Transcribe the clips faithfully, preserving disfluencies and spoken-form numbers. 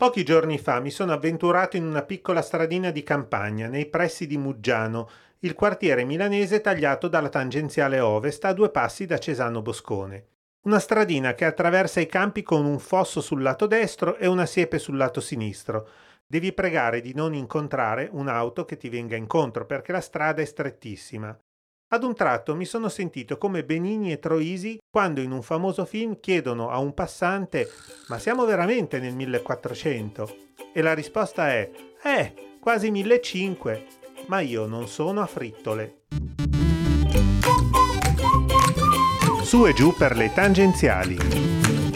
Pochi giorni fa mi sono avventurato in una piccola stradina di campagna nei pressi di Muggiano, il quartiere milanese tagliato dalla tangenziale ovest a due passi da Cesano Boscone. Una stradina che attraversa i campi con un fosso sul lato destro e una siepe sul lato sinistro. Devi pregare di non incontrare un'auto che ti venga incontro perché la strada è strettissima. Ad un tratto mi sono sentito come Benigni e Troisi quando in un famoso film chiedono a un passante «Ma siamo veramente nel millequattrocento?» E la risposta è «Eh, quasi millecinquecento, ma io non sono a frittole». Su e giù per le tangenziali.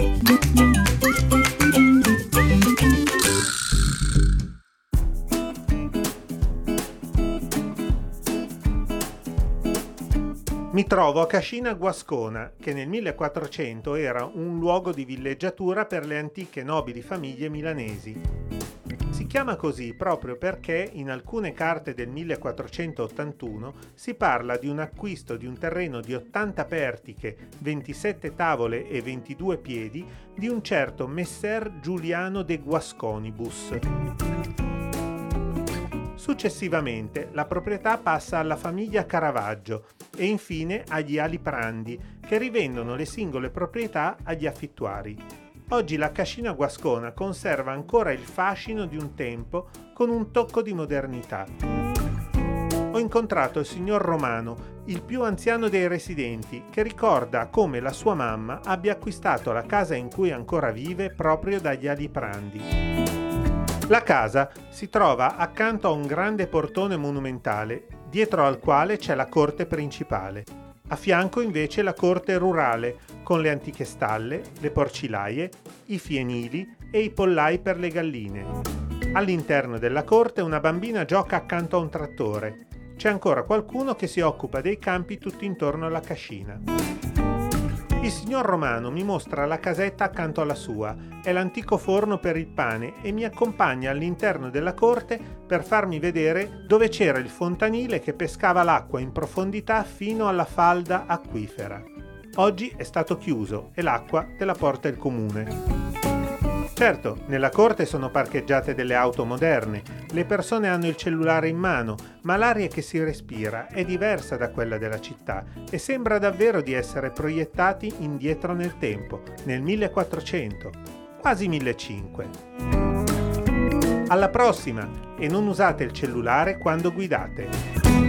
Mi trovo a Cascina Guascona, che nel millequattrocento era un luogo di villeggiatura per le antiche nobili famiglie milanesi. Si chiama così proprio perché in alcune carte del millequattrocentottantuno si parla di un acquisto di un terreno di ottanta pertiche, ventisette tavole e ventidue piedi di un certo Messer Giuliano de Guasconibus. Successivamente la proprietà passa alla famiglia Caravaggio e infine agli Aliprandi, che rivendono le singole proprietà agli affittuari. Oggi la Cascina Guascona conserva ancora il fascino di un tempo con un tocco di modernità. Ho incontrato il signor Romano, il più anziano dei residenti, che ricorda come la sua mamma abbia acquistato la casa in cui ancora vive proprio dagli Aliprandi. La casa si trova accanto a un grande portone monumentale, dietro al quale c'è la corte principale. A fianco invece la corte rurale, con le antiche stalle, le porcilaie, i fienili e i pollai per le galline. All'interno della corte una bambina gioca accanto a un trattore. C'è ancora qualcuno che si occupa dei campi tutto intorno alla cascina. Il signor Romano mi mostra la casetta accanto alla sua, è l'antico forno per il pane e mi accompagna all'interno della corte per farmi vedere dove c'era il fontanile che pescava l'acqua in profondità fino alla falda acquifera. Oggi è stato chiuso e l'acqua te la porta il comune. Certo, nella corte sono parcheggiate delle auto moderne, le persone hanno il cellulare in mano, ma l'aria che si respira è diversa da quella della città e sembra davvero di essere proiettati indietro nel tempo, nel millequattrocento, quasi millecinquecento. Alla prossima e non usate il cellulare quando guidate.